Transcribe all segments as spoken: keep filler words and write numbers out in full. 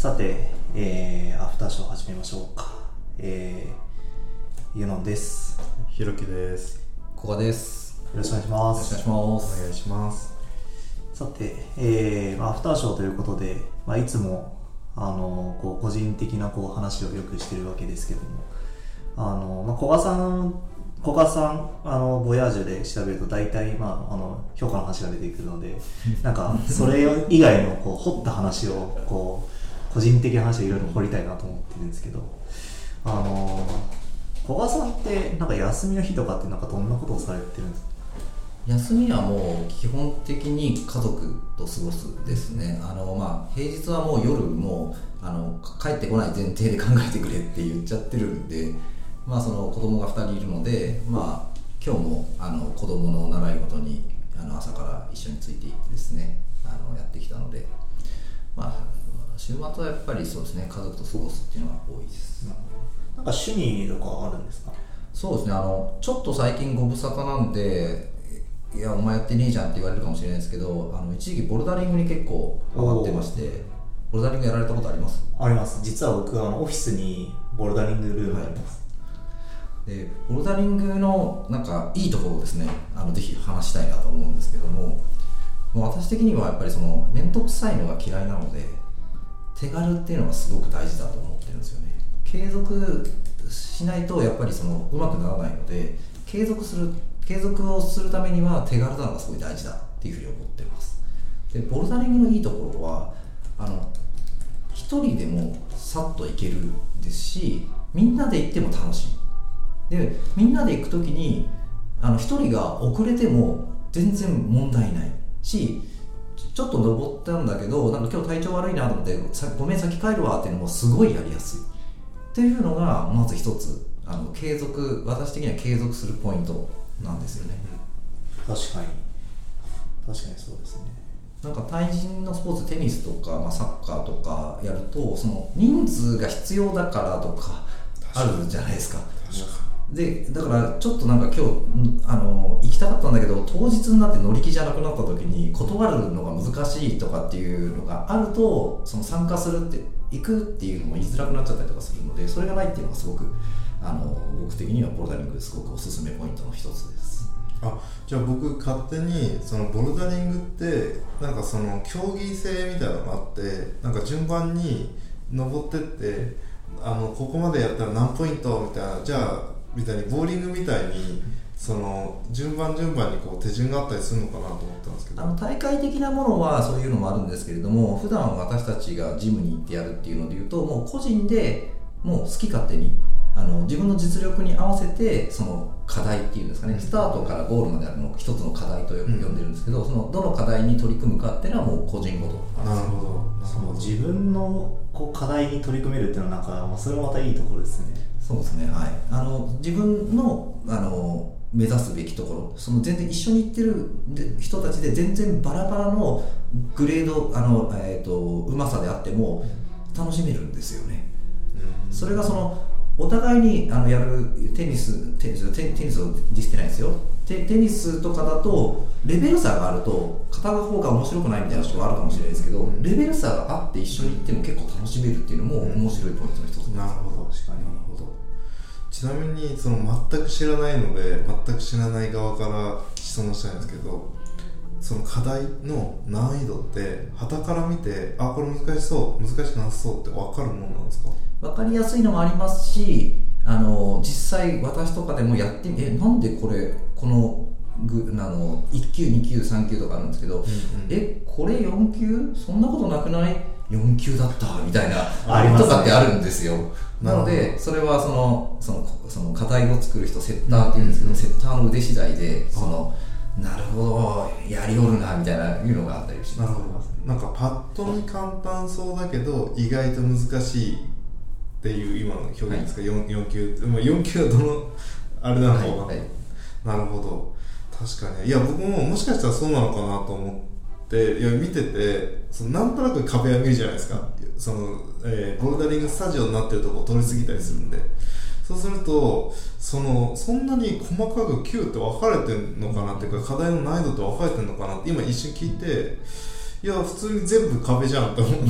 さて、えー、アフターショー始めましょうか。えー、ユノンです。 ひろきです。 ここです。 よろしくお願いします。 よろしくお願いします。 お願いします。 さて、えー、アフターショーということで、まあ、いつもあのこう個人的なこう話をよくしてるわけですけども、あの、まあ、古賀さん古賀さんあのボヤージュで調べると大体、まあ、あの評価の話が出てくるので、なんかそれ以外のこう掘った話をこう個人的な話をいろいろ掘りたいなと思ってるんですけど、あの古賀さんってなんか休みの日とかってなんかどんなことをされてるんですか？ 休みはもう基本的に家族と過ごすですね。あの、まあ、平日はもう夜もあの帰ってこない前提で考えてくれって言っちゃってるんで、まあ、その子供がふたりいるので、まあ、今日もあの子供の習い事にあの朝から一緒についていってですね、あのやってきたので、まあ、週末はやっぱりそうですね、家族と過ごすっていうのが多いです。 なんか趣味とかあるんですか？そうですね、 あのちょっと最近ご無沙汰なんで、いやお前やってねえじゃんって言われるかもしれないですけど、あの一時期ボルダリングに結構ハマってまして。ボルダリングやられたことあります？ あります。実は僕あのオフィスにボルダリングルームがあります。 はい、でボルダリングのなんかいいところをですね、あのぜひ話したいなと思うんですけども、もう私的にはやっぱりその面倒くさいのが嫌いなので、手軽っていうのがすごく大事だと思ってるんですよね。継続しないとやっぱりそのうまくならないので、継続する継続をするためには手軽なのがすごい大事だっていうふうに思ってます。でボルダリングのいいところはあの一人でもさっと行けるですし、みんなで行っても楽しい。でみんなで行くときにあの一人が遅れても全然問題ないし、ちょっと登ったんだけどなんか今日体調悪いなと思ってごめん先帰るわっていうのもすごいやりやすいっていうのがまず一つ、あの継続私的には継続するポイントなんですよね。 確かに確かにそうですね。 なんか対人のスポーツ、テニスとか、まあ、サッカーとかやるとその人数が必要だからとかあるじゃないですか。でだからちょっとなんか今日あの行きたかったんだけど当日になって乗り気じゃなくなった時に断るのが難しいとかっていうのがあると、その参加するって行くっていうのも言いづらくなっちゃったりとかするので、それがないっていうのがすごくあの僕的にはボルダリングですごくおすすめポイントの一つです。 あ、じゃあ僕勝手にそのボルダリングってなんかその競技性みたいなのがあって、なんか順番に登ってってあのここまでやったら何ポイントみたいな、じゃあみたいにボーリングみたいにその順番順番にこう手順があったりするのかなと思ったんですけど、 あの大会的なものはそういうのもあるんですけれども、普段私たちがジムに行ってやるっていうのでいうと、もう個人でもう好き勝手にあの自分の実力に合わせてその課題っていうんですかね、スタートからゴールまであるのを一つの課題と呼んでるんですけど、うん、そのどの課題に取り組むかっていうのはもう個人ごと。 なるほど。 その自分のこう課題に取り組めるっていうのはなんか、まあ、それもまたいいところですね。 そうですね、はい、あの自分の、あの目指すべきところ、その全然一緒に行ってる人たちで全然バラバラのグレード、あの、えーと、うまさであっても楽しめるんですよね。うん、それがそのお互いにあのやるテニステニステニスを実してないですよ。テテニスとかだとレベル差があると片方が面白くないみたいな人があるかもしれないですけど、レベル差があって一緒に行っても結構楽しめるっていうのも面白いポイントの一つです。 なるほど、確かに。なるほど。ちなみにその全く知らないので全く知らない側から質問したいんですけど、その課題の難易度って傍から見て、あ、これ難しそう難しくなさそうって分かるものなんですか？ 分かりやすいのもありますし、あの実際私とかでもやってみえなんでこれこのぐあのいっ級に級さん級とかあるんですけど、うんうん、えこれよん級そんなことなくないよん級だったみたいなとかってあるんですよ。なのでそれはそのそのその課題を作る人セッターっていうんですけど、うんうん、セッターの腕次第でそのなるほどやりおるなみたいないうのがあったりします。 なるほど。なんかパッと見簡単そうだけど意外と難しいっていう今の表現ですか？はい、よん, よん級、よん級はどのあれなのか、はいはい、なるほど。確かに。いや僕ももしかしたらそうなのかなと思っていや見てて、そのなんとなく壁は見るじゃないですか。その、えー、ボルダリングスタジオになってるとこ通り過ぎたりするんで、そうするとそのそんなに細かく級って分かれてるのかなっていうか、課題の難易度って分かれてるのかなって今一瞬聞いて、いや普通に全部壁じゃんと思っ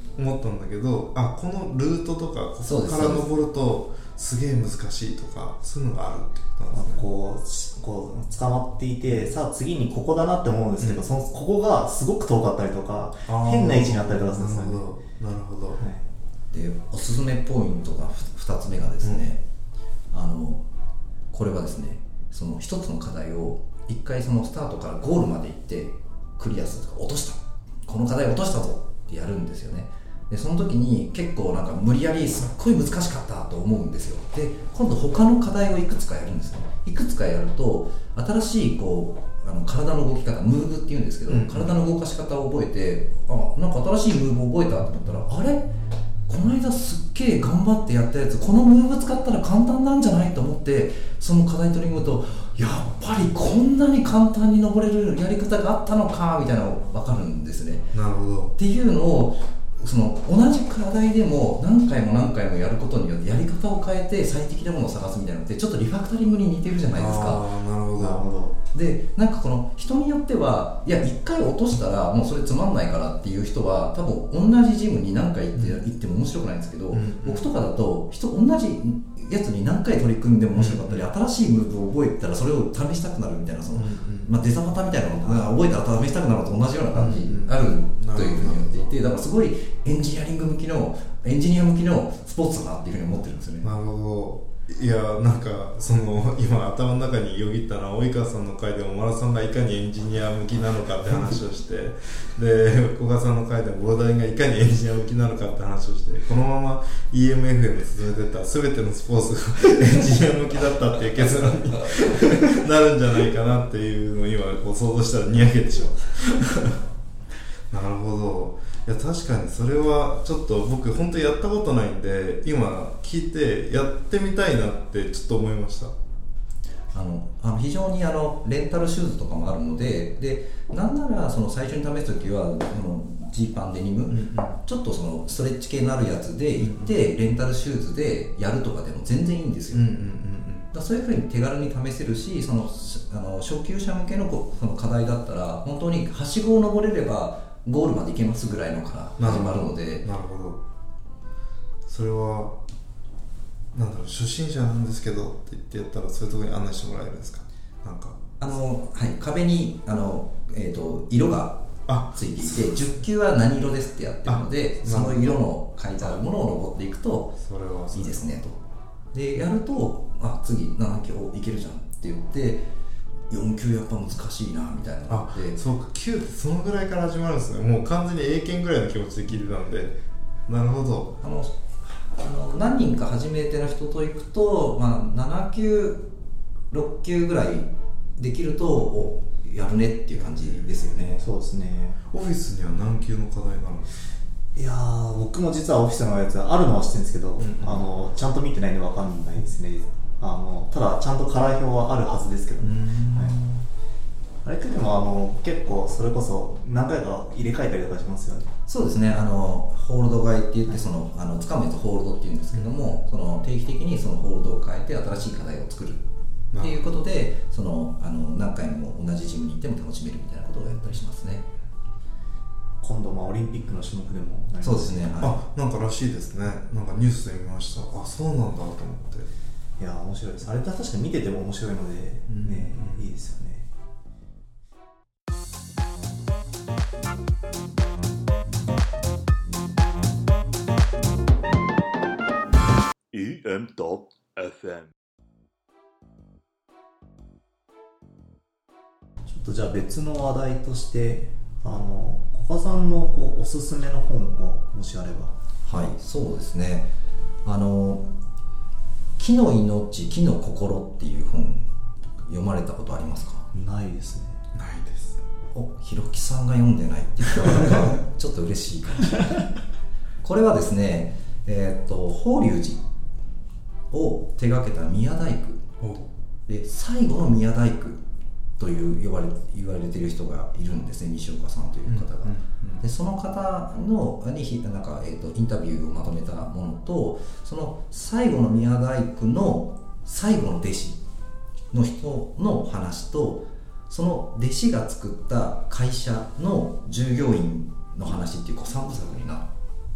思ったんだけど、あ、このルートとかここから登るとすげえ難しいとかそういうのがあるってことなんですね。 こうこう捕まっていて、さあ次にここだなって思うんですけど、うん、そのここがすごく遠かったりとか変な位置にあったりとかするんですよね。 なるほど、はい、 でおすすめポイントがふたつめがですね、うん、あのこれはですね、そのひとつの課題をいっかいそのスタートからゴールまで行ってクリアするとか、落とした、この課題落としたぞってやるんですよね。でその時に結構なんか無理やりすっごい難しかったと思うんですよ。で今度他の課題をいくつかやるんですね。いくつかやると新しいこうあの体の動き方、ムーブっていうんですけど、うん、体の動かし方を覚えて、あ、なんか新しいムーブを覚えたと思ったら、あれこの間すっげえ頑張ってやったやつ、このムーブ使ったら簡単なんじゃないと思ってその課題取り組むと、やっぱりこんなに簡単に登れるやり方があったのかみたいなのが分かるんですね。 なるほど。 っていうのをその同じ課題でも何回も何回もやることによってやり方を変えて最適なものを探すみたいなのってちょっとリファクタリングに似てるじゃないですか。 ああ、なるほどなるほど。 でなんかこの人によってはいやいっかい落としたらもうそれつまんないからっていう人は多分同じジムに何回行って、うん、行っても面白くないんですけど、うんうん、僕とかだと人同じやつに何回取り組んでも面白かったり、うん、新しいムーブを覚えたらそれを試したくなるみたいな、その、うんうん、まあ、デザマタみたいなのを覚えたら試したくなるのと同じような感じあるというふうに言っていて、だからすごいエンジニアリング向きのエンジニア向きのスポーツだなっていうふうに思ってるんですよね。 なるほど。いやなんかその今頭の中によぎったのは及川さんの回でもマラソンがいかにエンジニア向きなのかって話をしてで古賀さんの回でもボルダリングがいかにエンジニア向きなのかって話をして、このまま イーエムエフエム 進めてったら全てのスポーツがエンジニア向きだったっていう結論になるんじゃないかなっていうのを今こう想像したらにやけてしまうなるほど。いや確かにそれはちょっと僕本当にやったことないんで今聞いてやってみたいなってちょっと思いました。 あのあの非常にあのレンタルシューズとかもあるので、でなんならその最初に試すときはジーパンデニム、うんうん、ちょっとそのストレッチ系のあるやつで行って、うんうん、レンタルシューズでやるとかでも全然いいんですよ、うんうんうん、だそういうふうに手軽に試せるし、そのあの初級者向け の, その課題だったら本当にはしごを登れればゴールまで行けますぐらいのから始まるので。 なるほど。それはなんだろう、初心者なんですけどって言ってやったらそういうところに案内してもらえるんですか？なんかあの、はい、壁にあの、えーと、色がついていてじゅっ級は何色ですってやってるので、その色の書いてあるものを登っていくといいですねと。でやるとあ次なな級いけるじゃんって言ってよん級やっぱ難しいなみたいなのがあって、そうかきゅうってそのぐらいから始まるんですね。もう完全に英検ぐらいの気持ちで聞いてたんで。なるほど。 あのあの何人か初めての人と行くと、まあ、なな級ろっ級ぐらいできるとおやるねっていう感じですよね。 そうですね。 オフィスには何級の課題があるんですか？ いやー僕も実はオフィスのやつあるのは知ってるんですけど、うんうん、あのちゃんと見てないんで分かんないですね。あのただちゃんとカラー表はあるはずですけど、ね、はい、あれってでもあの結構それこそ何回か入れ替えたりとかしますよね。 そうですね。あのホールド買いって言ってそのあの掴むやつホールドっていうんですけども、その定期的にそのホールドを変えて新しい課題を作るっていうことで、そのあの何回も同じジムに行っても楽しめるみたいなことをやったりしますね。 今度まあオリンピックの種目でもなりますね。 そうですね、はい、 あ、なんからしいですね。なんかニュースで見ました。あ、そうなんだと思って。 いや面白いです。あれって確かに見てても面白いので、ね、うん、いいですよね。 イーエム と エフエム。 ちょっとじゃあ別の話題としてあの古賀さんのこうおすすめの本をもしあれば。 はい、そうですね。あの木の命木の心っていう本読まれたことありますか？ ないですね。 ないです。 お、ひろきさんが読んでないって言ったらちょっと嬉しいかもしれないこれはですね、えー、と法隆寺を手掛けた宮大工で最後の宮大工という呼ばれ言われている人がいるんですね。西岡さんという方が、うんうんうん、でその方のになんか、えー、とインタビューをまとめたものと、その最後の宮大工の最後の弟子の人の話と、その弟子が作った会社の従業員の話っていうさんぶ作になっ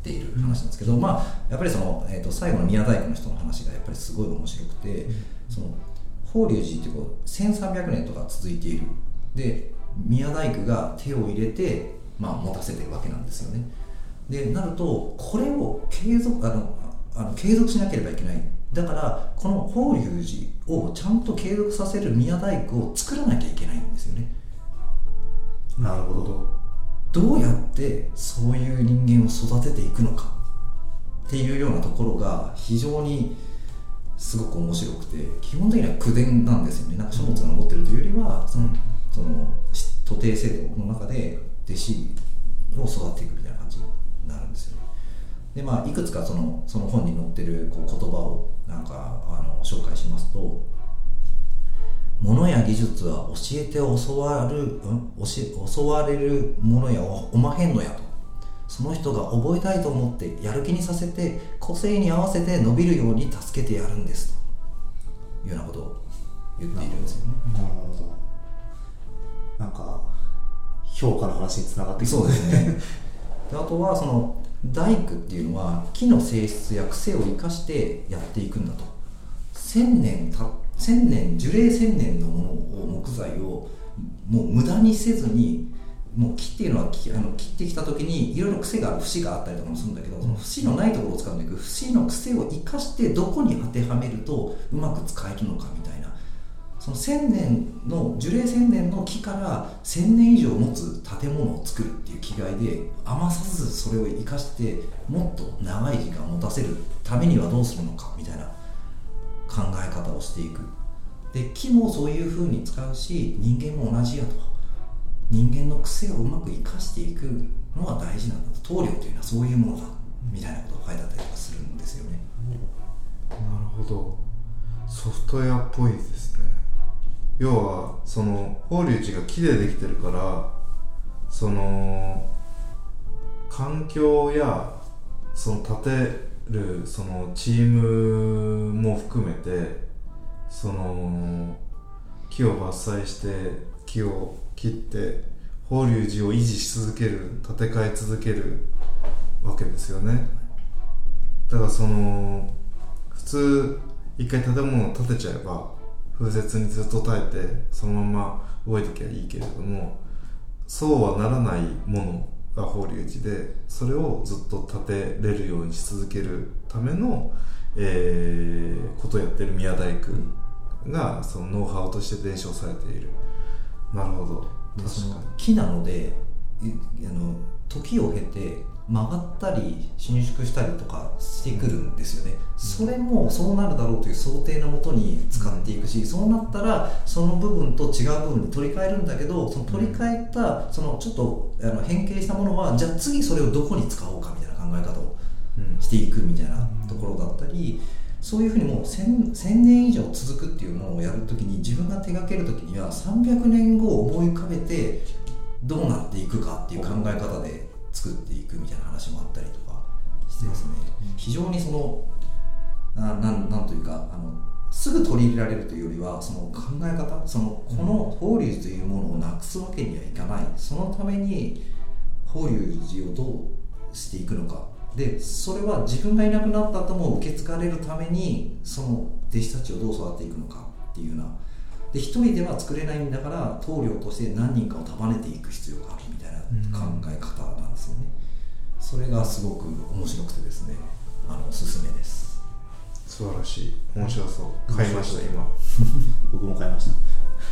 ている話なんですけど、まあ、やっぱりその、えー、と最後の宮大工の人の話がやっぱりすごい面白くて、その法隆寺ってこうせんさんびゃくねんとか続いているで宮大工が手を入れて、まあ、持たせてるわけなんですよね。でなるとこれを継続あのあの継続しなければいけない。だからこの法隆寺をちゃんと継続させる宮大工を作らなきゃいけないんですよね。 なるほど。 どうやってそういう人間を育てていくのかっていうようなところが非常にすごく面白くて、基本的には口伝なんですよね。なんか書物が残ってるというよりはその、その徒弟制度の中で弟子を育てていくみたいな感じになるんですよね。でまあ、いくつかその、その本に載ってるこう言葉をなんかあの紹介しますと、物や技術は教えて教わる、うん、教え教われるものやおまへんのやと、その人が覚えたいと思ってやる気にさせて個性に合わせて伸びるように助けてやるんですというようなことを言っているんですよね。 なるほど。なんか評価の話につながってきそうですね。であとはその大工っていうのは木の性質や癖を生かしてやっていくんだと。千年た千年樹齢千年のものを木材をもう無駄にせずに、もう木っていうのはあの切ってきた時にいろいろ癖がある節があったりとかもするんだけど、その節のないところを使うんだけど、節の癖を生かしてどこに当てはめるとうまく使えるのかみたいな、その千年の樹齢千年の木から千年以上持つ建物を作るっていう気概で余さずそれを生かしてもっと長い時間持たせるためにはどうするのかみたいな考え方をしていく。で木もそういう風に使うし人間も同じやと、人間の癖をうまく生かしていくのが大事なんだと、棟梁というのはそういうものだみたいなことが書いてあったりとかするんですよね。 なるほど。ソフトウェアっぽいですね。要はその法隆寺が木でできてるから、その環境やその建てるそのチームも含めて、その木を伐採して木を切って法隆寺を維持し続ける、建て替え続けるわけですよね。だからその普通一回建物を建てちゃえば風雪にずっと耐えてそのまま動いてきゃいいけれども、そうはならないものが法隆寺で、それをずっと建てれるようにし続けるための、えー、ことをやってる宮大工がそのノウハウとして伝承されている。なるほど。 でその木なのであの時を経て曲がったり伸縮したりとかしてくるんですよね、うん、それもそうなるだろうという想定のもとに使っていくし、うん、そうなったらその部分と違う部分に取り替えるんだけど、その取り替えたそのちょっとあの変形したものはじゃあ次それをどこに使おうかみたいな考え方をしていくみたいなところだったり、そういうふうにもう 1000, 1000年以上続くっていうものをやるときに、自分が手掛けるときにはさんびゃくねんごを思い浮かべてどうなっていくかっていう考え方で作っていくみたいな話もあったりとかしてですね、非常にそのな ん, なんというかあのすぐ取り入れられるというよりは、その考え方、そのこの法隆寺というものをなくすわけにはいかない、そのために法隆寺をどうしていくのかで、それは自分がいなくなった後も受け継がれるためにその弟子たちをどう育てていくのかっていうようなで、一人では作れないんだから棟梁として何人かを束ねていく必要があるみたいな考え方なんですよね、うん、それがすごく面白くてですね、あのおすすめです。 素晴らしい、面白そう。買いました今僕も買いました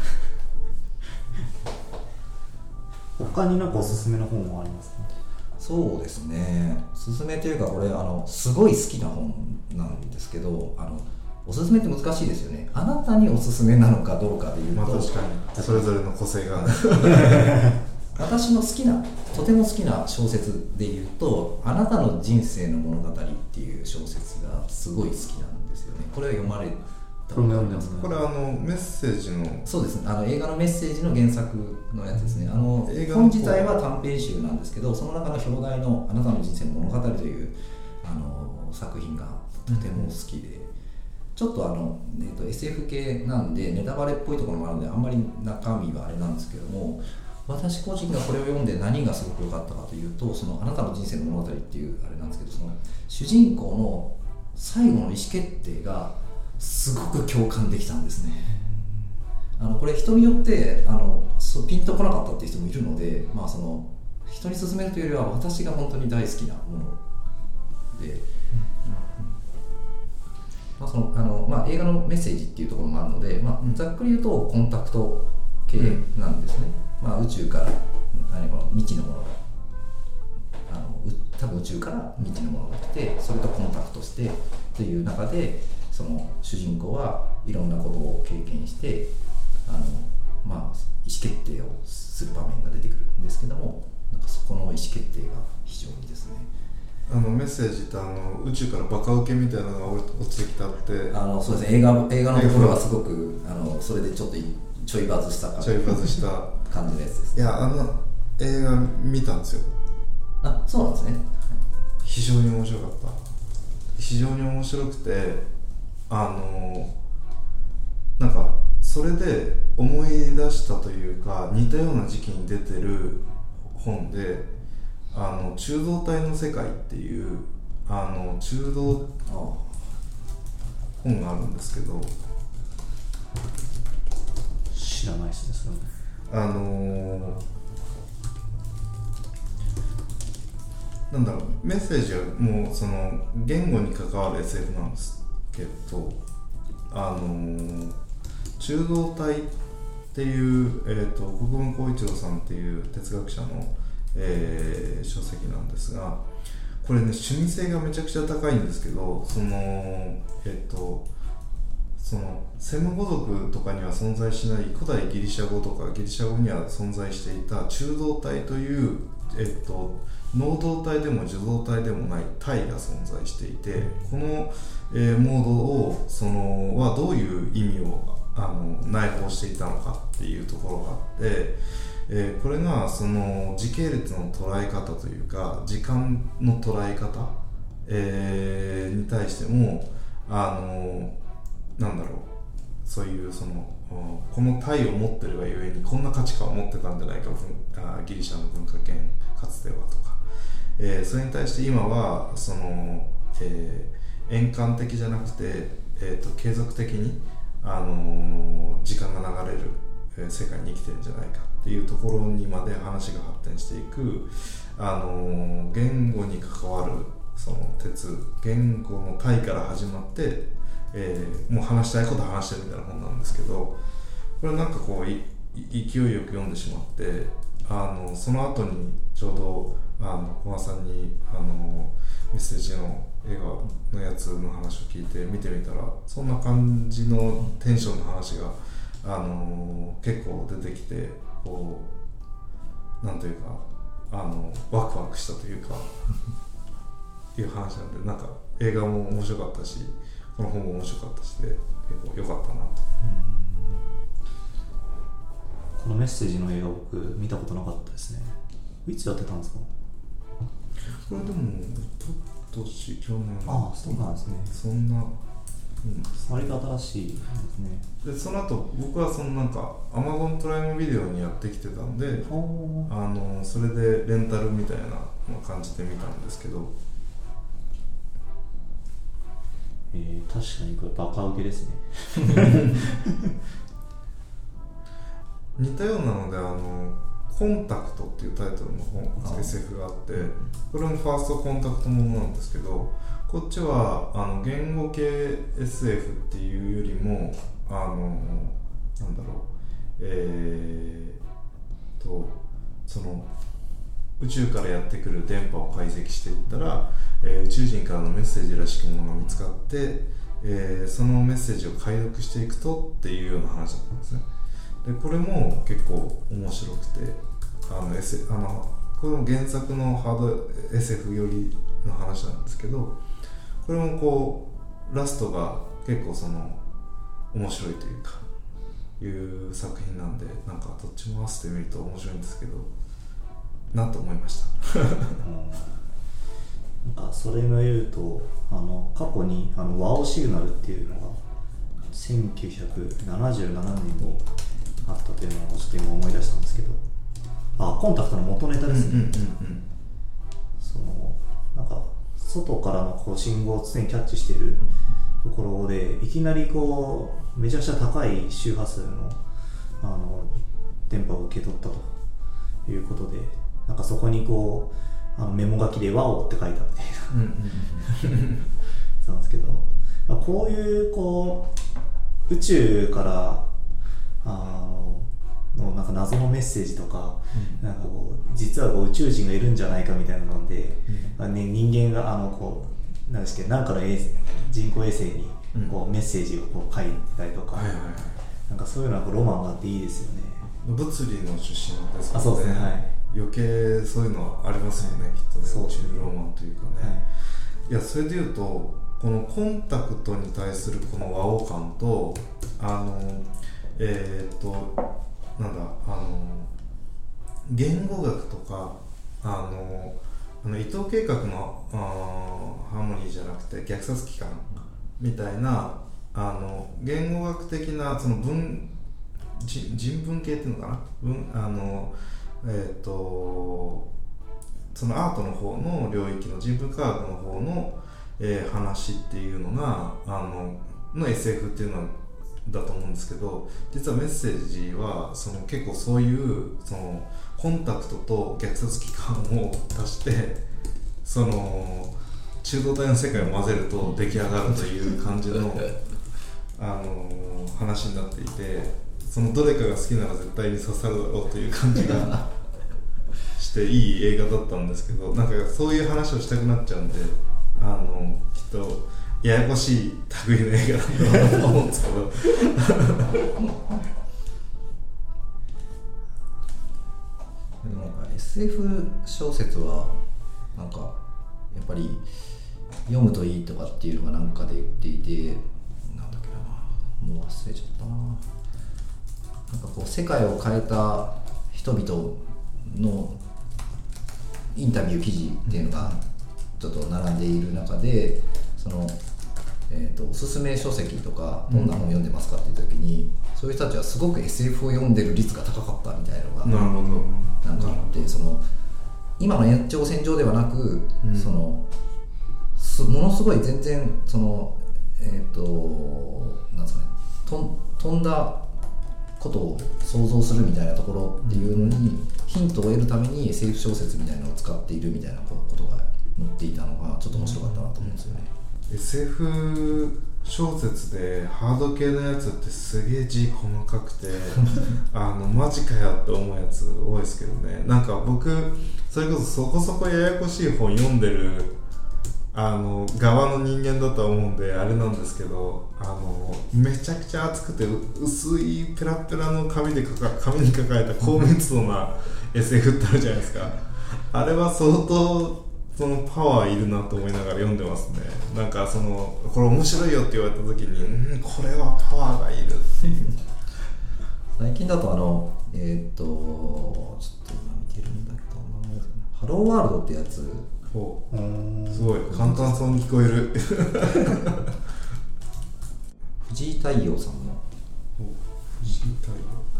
他になんかおすすめの本はありますか？ そうですね、おすすめというかこれあのすごい好きな本なんですけど、あのおすすめって難しいですよね。あなたにおすすめなのかどうかでいうと、 まあ、確かにそれぞれの個性が私の好きなとても好きな小説でいうと、あなたの人生の物語っていう小説がすごい好きなんですよね。これは読まれたことありますか？ これはあのメッセージのそうですね、あの映画のメッセージの原作のやつですね。あの本自体は短編集なんですけど、その中の表題のあなたの人生の物語というあの作品がとても好きで、うん、ちょっとあの、えーと、エスエフ 系なんでネタバレっぽいところもあるのであんまり中身はあれなんですけども、 私個人がこれを読んで何がすごく良かったかというと、そのあなたの人生の物語っていうあれなんですけど、その主人公の最後の意思決定がすごく共感できたんですね。あのこれ人によってあのそうピンとこなかったっていう人もいるので、まあ、その人に勧めるというよりは私が本当に大好きなもので、まあそのあのまあ、映画のメッセージっていうところもあるので、まあ、ざっくり言うとコンタクト系なんですね、うんまあ、宇宙から何この未知のものがあの多分宇宙から未知のものが来て、それとコンタクトしてという中で、その主人公はいろんなことを経験してあの、まあ、意思決定をする場面が出てくるんですけども、なんかそこの意思決定が非常にですね、 あのメッセージってあの宇宙からバカウケみたいなのが落ちてきたって、 あのそうですね、映画映画のところはすごくあのそれでちょっとちょいバズしたちょいバズした感じのやつです。 いや、あの映画見たんですよ。 あ、そうなんですね。 非常に面白かった。非常に面白くて、あのなんかそれで思い出したというか、似たような時期に出てる本で、あの中道体の世界っていうあの中道本があるんですけど、 知らないですね、それも。 あのなんだろう、メッセージはもうその言語に関わる エスエフ なんですけど、あの中道体っていう、えーと、国分光一郎さんっていう哲学者の、えー、書籍なんですが、これね、趣味性がめちゃくちゃ高いんですけど、そのえっ、ー、とそのセム語族とかには存在しない古代ギリシャ語とかギリシャ語には存在していた中道体という、えっ、ー、と能動体でも受動体でもない体が存在していて、この、えー、モードをそのはどういう意味をあの内包していたのかっていうところがあって、えー、これがその時系列の捉え方というか時間の捉え方、えー、に対してもあのなんだろう、そういうそのこの体を持ってるがゆえにこんな価値観を持ってたんじゃないか、あギリシャの文化圏かつてはとか、えー、それに対して今はその、えー、円環的じゃなくて、えー、と継続的に、あのー、時間が流れる、えー、世界に生きてるんじゃないかっていうところにまで話が発展していく、あのー、言語に関わるその哲、言語の体から始まって、えー、もう話したいこと話してるみたいな本なんですけど、これなんかこうい勢いよく読んでしまって、あのその後にちょうどあの小川さんにあのメッセージの映画のやつの話を聞いて見てみたら、そんな感じのテンションの話があの結構出てきて、こうなんというかあのワクワクしたというかいう話なんで、なんか映画も面白かったしこの本も面白かったしで結構良かったなと。 このメッセージの映画僕見たことなかったですね。いつやってたんですか？ これでも今年去年、 ああそうなんですね。 そんな、うん、 割と新しいですね。 でその後僕はそのなんか Amazon プライムビデオにやってきてたんで、あのそれでレンタルみたいな感じで見たんですけど、 えー、確かにこれバカウケですね。 似たようなのであのコンタクトっていうタイトルの本 エスエフ があって、これもファーストコンタクトものなんですけど、こっちはあの言語系 エスエフ っていうよりもあのなんだろう、えー、とその宇宙からやってくる電波を解析していったら、えー、宇宙人からのメッセージらしきものが見つかって、えー、そのメッセージを解読していくとっていうような話だったんですね。でこれも結構面白くて、あの、S、あのこれも原作のハード エスエフ よりの話なんですけど、これもこうラストが結構その面白いというかいう作品なんで、なんかどっちも合わせてみると面白いんですけどなと思いました。 なんかそれも言うと、あの過去にあのワオシグナルっていうのがせんきゅうひゃくななじゅうななねんにあったというのをちょっと今思い出したんですけど、 あコンタクトの元ネタですね、 うんうんうんうん、 そのなんか外からのこう信号を常にキャッチしているところでいきなりこうめちゃくちゃ高い周波数の、あの電波を受け取ったということで、なんかそこにこうあのメモ書きでワオって書いたみたいな、うんうん、なんですけど、こういうこう宇宙からあののなんか謎のメッセージとか、うん、なんかこう実はこう宇宙人がいるんじゃないかみたいなので、うんね、人間があのこうなんですけどなんかの人工衛星にこうメッセージをこう書いてたりとか、うんはいはいはい、なんかそういうのはロマンがあっていいですよね。 物理の出身ですもんね。 あそうですね、はい、 余計そういうのありますよね、はい、きっとね、宇宙ロマンというかね、はい、いやそれでいうとこのコンタクトに対するこの和王感とあのえー、っとなんだあの言語学とかあのあの伊藤計画のあーハーモニーじゃなくて虐殺機関みたいなあの言語学的なその文人, 人文系っていうのかな、文あのえっ、ー、とそのアートの方の領域の人文科学の方の、えー、話っていうのがあのの エスエフ っていうのはだと思うんですけど、実はメッセージはその結構そういうそのコンタクトと虐殺機関を足してその中道体の世界を混ぜると出来上がるという感じのあの話になっていて、そのどれかが好きなら絶対に刺さるだろうという感じがしていい映画だったんですけど、なんかそういう話をしたくなっちゃうんで、あのきっとややこしい類の映画だと思うんですけどでもなんか エスエフ 小説はなんかやっぱり読むといいとかっていうのがなんかで言っていて、なんだっけな、もう忘れちゃったな。なんかこう世界を変えた人々のインタビュー記事っていうのがちょっと並んでいる中で、そのえー、とおすすめ書籍とかどんな本読んでますかっていう時に、うん、そういう人たちはすごく エスエフ を読んでる率が高かったみたいなのがなんかあって、その今の延長線上ではなく、うん、そのすものすごい全然そのえっ、ー、となんですかね、と飛んだことを想像するみたいなところっていうのにヒントを得るために エスエフ 小説みたいなのを使っているみたいなことが載っていたのがちょっと面白かったなと思うんですよね。 エスエフ 小説でハード系のやつってすげえ字細かくてあのマジかよって思うやつ多いですけどね。なんか僕それこそそこそこややこしい本読んでるあの側の人間だと思うんであれなんですけど、あのめちゃくちゃ厚くて薄いペラペラの紙でかか紙に書かれた高密度な エスエフ ってあるじゃないですか。あれは相当そのパワーいるなと思いながら読んでますね。なんかそのこれ面白いよって言われた時に、うん、これはパワーがいるっていう最近だとあのえー、っとちょっと今見てるんだけど、ハローワールドってやつ、 ほう、すごい簡単そうに聞こえる藤井太陽さんの藤井太陽、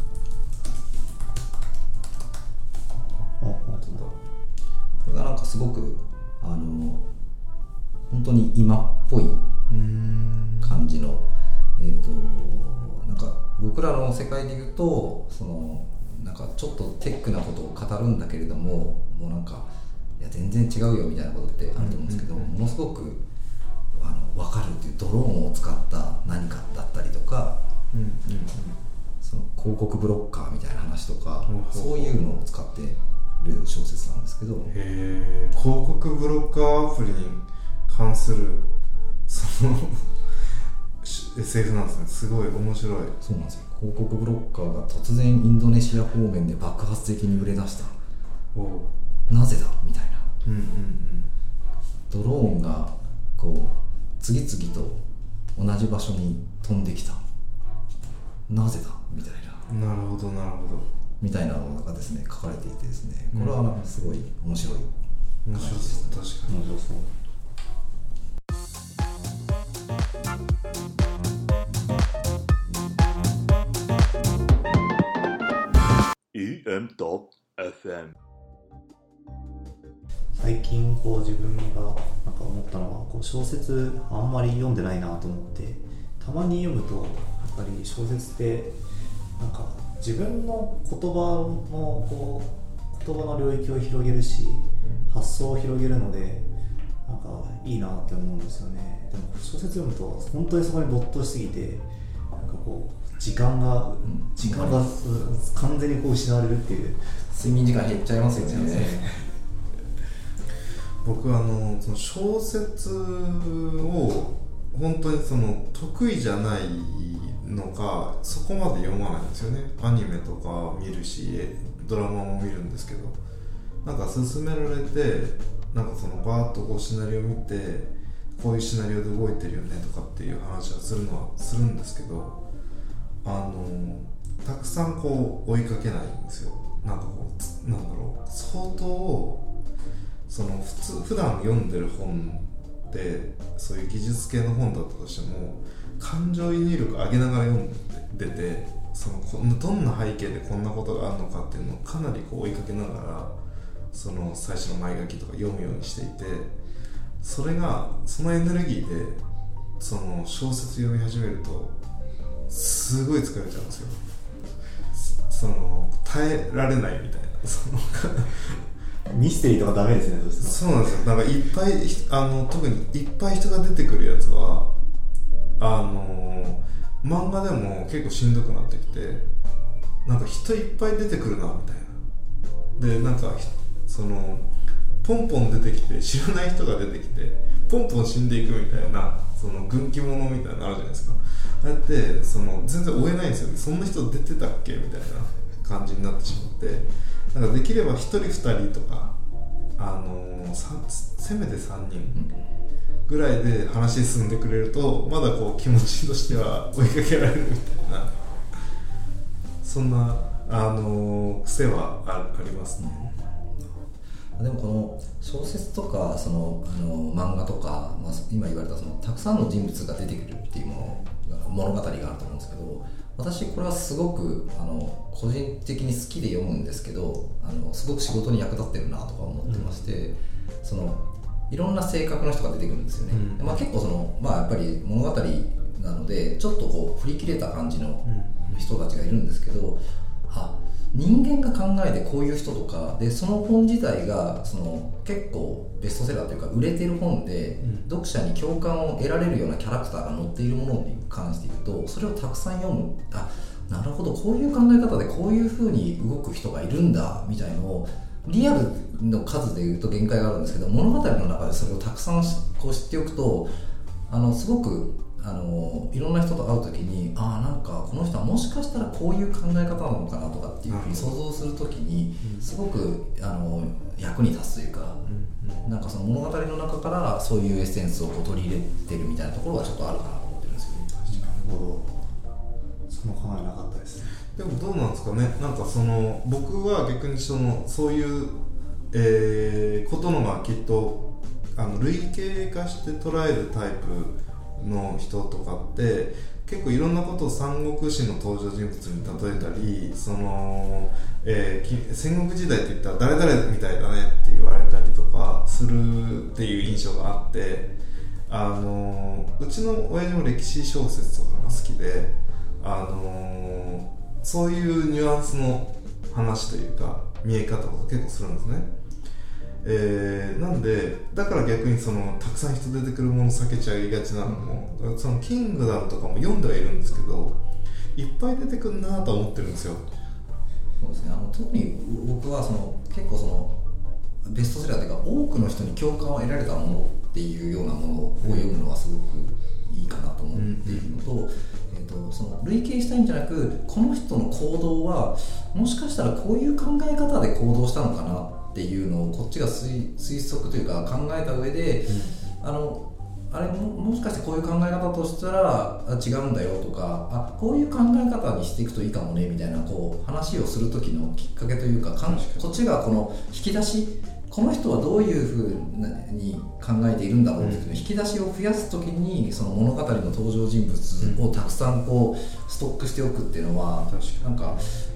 あ、本当だ。 これがなんかすごくあの本当に今っぽい感じの、えーと、なんか僕らの世界でいうとそのなんかちょっとテックなことを語るんだけれども、もうなんかいや全然違うよみたいなことってあると思うんですけど、ものすごくあの分かるっていう、ドローンを使った何かだったりとか、うんうんうん、その広告ブロッカーみたいな話とか、うん、そういうのを使ってる小説なんですけど、 へー、広告ブロッカーアプリに関するそのエスエフ なんですね。すごい面白い。 そうなんですよ。広告ブロッカーが突然インドネシア方面で爆発的に売れ出した、おなぜだみたいな、うんうんうん、ドローンがこう次々と同じ場所に飛んできた、なぜだみたいな。なるほどなるほどみたいなのがですね書かれていてですね、これはすごい面白い感じです、ね、面白そう。確かに面白そう。 イーエム ドットエフエム。 最近こう自分がなんか思ったのはこう小説あんまり読んでないなと思って、たまに読むとやっぱり小説ってなんか自分の言葉のこう言葉の領域を広げるし発想を広げるのでなんかいいなって思うんですよね。でも小説読むと本当にそこに没頭しすぎてなんかこう時間が時間が完全にこう失われるっていう、 睡眠時間減っちゃいますよね。 僕はあのその小説を本当にその得意じゃないのかそこまで読まないんですよね。アニメとか見るしドラマも見るんですけど、なんか勧められてなんかそのバーッとこうシナリオ見てこういうシナリオで動いてるよねとかっていう話をするのはするんですけど、あのたくさんこう追いかけないんですよ。なんかこうなんだろう相当その普通普段読んでる本でそういう技術系の本だったとしても感情移入力上げながら読んでて、そのこんなどんな背景でこんなことがあるのかっていうのをかなりこう追いかけながらその最初の前書きとか読むようにしていて、それがそのエネルギーでその小説読み始めるとすごい疲れちゃうんですよ。その耐えられないみたいなそのミステリーとかダメですね。 そうなんですよ。なんかいっぱいあの特にいっぱい人が出てくるやつはあの漫画でも結構しんどくなってきて、なんか人いっぱい出てくるなみたいな。でなんかそのポンポン出てきて知らない人が出てきてポンポン死んでいくみたいなその軍記物みたいなのあるじゃないですか。あれってその全然追えないんですよね。そんな人出てたっけみたいな感じになってしまって、なんかできればひとりふたりとか、あのー、せめてさんにんぐらいで話進んでくれるとまだこう気持ちとしては追いかけられるみたいなそんな、あのー、癖は あ, ありますね。 でもこの小説とかそのあの漫画とか、まあ、今言われたそのたくさんの人物が出てくるっていうもの物語があると思うんですけど、私これはすごくあの個人的に好きで読むんですけど、あのすごく仕事に役立ってるなとか思ってまして、うん、そのいろんな性格の人が出てくるんですよね、うんまあ、結構その、まあ、やっぱり物語なのでちょっとこう振り切れた感じの人たちがいるんですけど、あ人間が考えてこういう人とかで、その本自体がその結構ベストセラーというか売れてる本で、うん、読者に共感を得られるようなキャラクターが載っているものに関して言うと、それをたくさん読む、あなるほどこういう考え方でこういう風に動く人がいるんだみたいのをリアルの数で言うと限界があるんですけど、物語の中でそれをたくさんこう知っておくと、あのすごくあのいろんな人と会うときに、ああなんかこの人はもしかしたらこういう考え方なのかなとかっていうふうに想像するときにすごくあの役に立つというか、なんかその物語の中からそういうエッセンスをこう取り入れてるみたいなところがちょっとあるかなと思ってるんですよね。 なるほど、その考えなかったですね。 でもどうなんですかね。なんかその僕は逆にそのそういう、えー、ことのがきっとあの類型化して捉えるタイプの人とかって結構いろんなことを三国志の登場人物に例えたり、その、えー、戦国時代って言ったら誰々みたいだねって言われたりとかするっていう印象があって、あのうちの親父も歴史小説とかが好きで、あのそういうニュアンスの話というか見え方を結構するんですね。えー、なんでだから逆にそのたくさん人出てくるもの避けちゃいがちなのも、うん、そのキングダムとかも読んではいるんですけどいっぱい出てくるなと思ってるんですよ。 そうですね、あの特に僕はその結構そのベストセラーというか多くの人に共感を得られたものっていうようなものを読むのはすごくいいかなと思っているのと、うんえー、とその類型したいんじゃなく、この人の行動はもしかしたらこういう考え方で行動したのかなっていうのをこっちが 推, 推測というか考えた上で、うん、あのあれ も, もしかしてこういう考え方としたら違うんだよとか、あこういう考え方にしていくといいかもねみたいなこう話をする時のきっかけというか、かんこっちがこの引き出し、この人はどういうふうに考えているんだろうっていう引き出しを増やす時に、その物語の登場人物をたくさんこうストックしておくっていうのは、なんか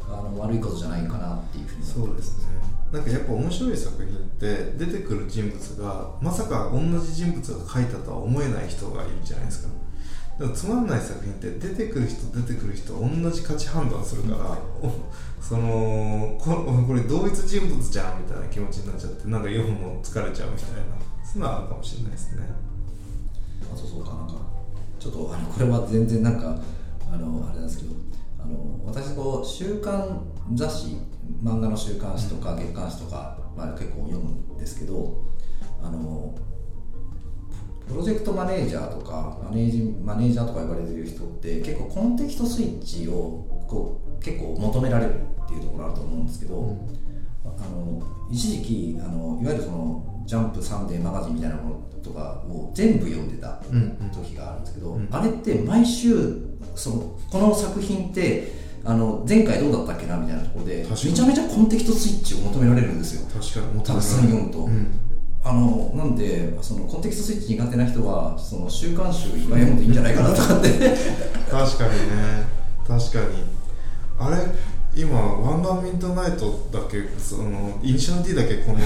あの悪いことじゃないかなっていうふうに思ってます。 そうですね。なんかやっぱ面白い作品って出てくる人物がまさか同じ人物が書いたとは思えない人がいるじゃないですか。でもつまんない作品って出てくる人出てくる人同じ価値判断するから、うん、その こ, これ同一人物じゃんみたいな気持ちになっちゃって、なんか読むの疲れちゃうみたいな、そういうのはあるかもしれないですね。 あとそうかなんかちょっとあのこれは全然なんかあのあれなんですけど、あの私こう週刊雑誌、漫画の週刊誌とか月刊誌とか、まあ、結構読むんですけど、あのプロジェクトマネージャーとかマネージマネージャーとか呼ばれている人って結構コンテキストスイッチをこう結構求められるっていうところあると思うんですけど、うん、あの一時期あのいわゆるそのジャンプサンデーマガジンみたいなものとかを全部読んでた時があるんですけど、うんうん、あれって毎週そのこの作品ってあの前回どうだったっけなみたいなところでめちゃめちゃコンテキストスイッチを求められるんですよ。確かにたくさん読むと、うん、あのなんでそのコンテキストスイッチ苦手な人はその週刊誌いっぱい読むといいんじゃないかなとかって確かにね、確かにあれ今ワンダーミッドナイトだけそのイニシャル D だけこの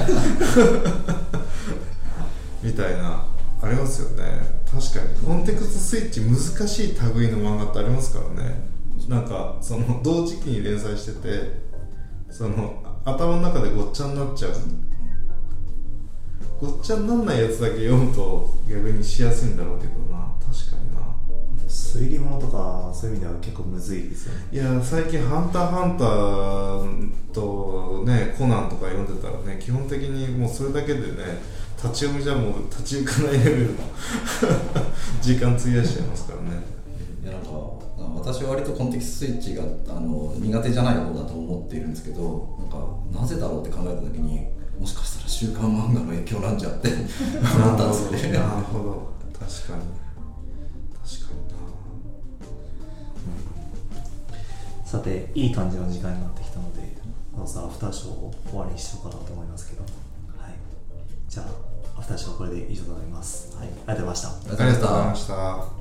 みたいなありますよね。確かにコンテクストスイッチ難しい類の漫画ってありますからね。なんかその同時期に連載しててその頭の中でごっちゃになっちゃう、ごっちゃにならないやつだけ読むと逆にしやすいんだろうけどな。確かにな。 推理物とかそういう意味では結構むずいですよね。 いや最近ハンターハンターとねコナンとか読んでたらね、基本的にもうそれだけでね立ち読みじゃもう立ち行かないレベルの時間費やしちゃいますからね。 いやなんか私は割とコンテキストスイッチがあの苦手じゃない方だと思っているんですけど、なんかなぜだろうって考えた時にもしかしたら週刊漫画の影響なんじゃって思ったんですよね。 なるほど、確かに確かにな、 うん、さていい感じの時間になってきたのでどうぞアフターショーを終わりにしようかなと思いますけど、はい、じゃあアフターショーはこれで以上となります。はい、ありがとうございました。 ありがとうございました。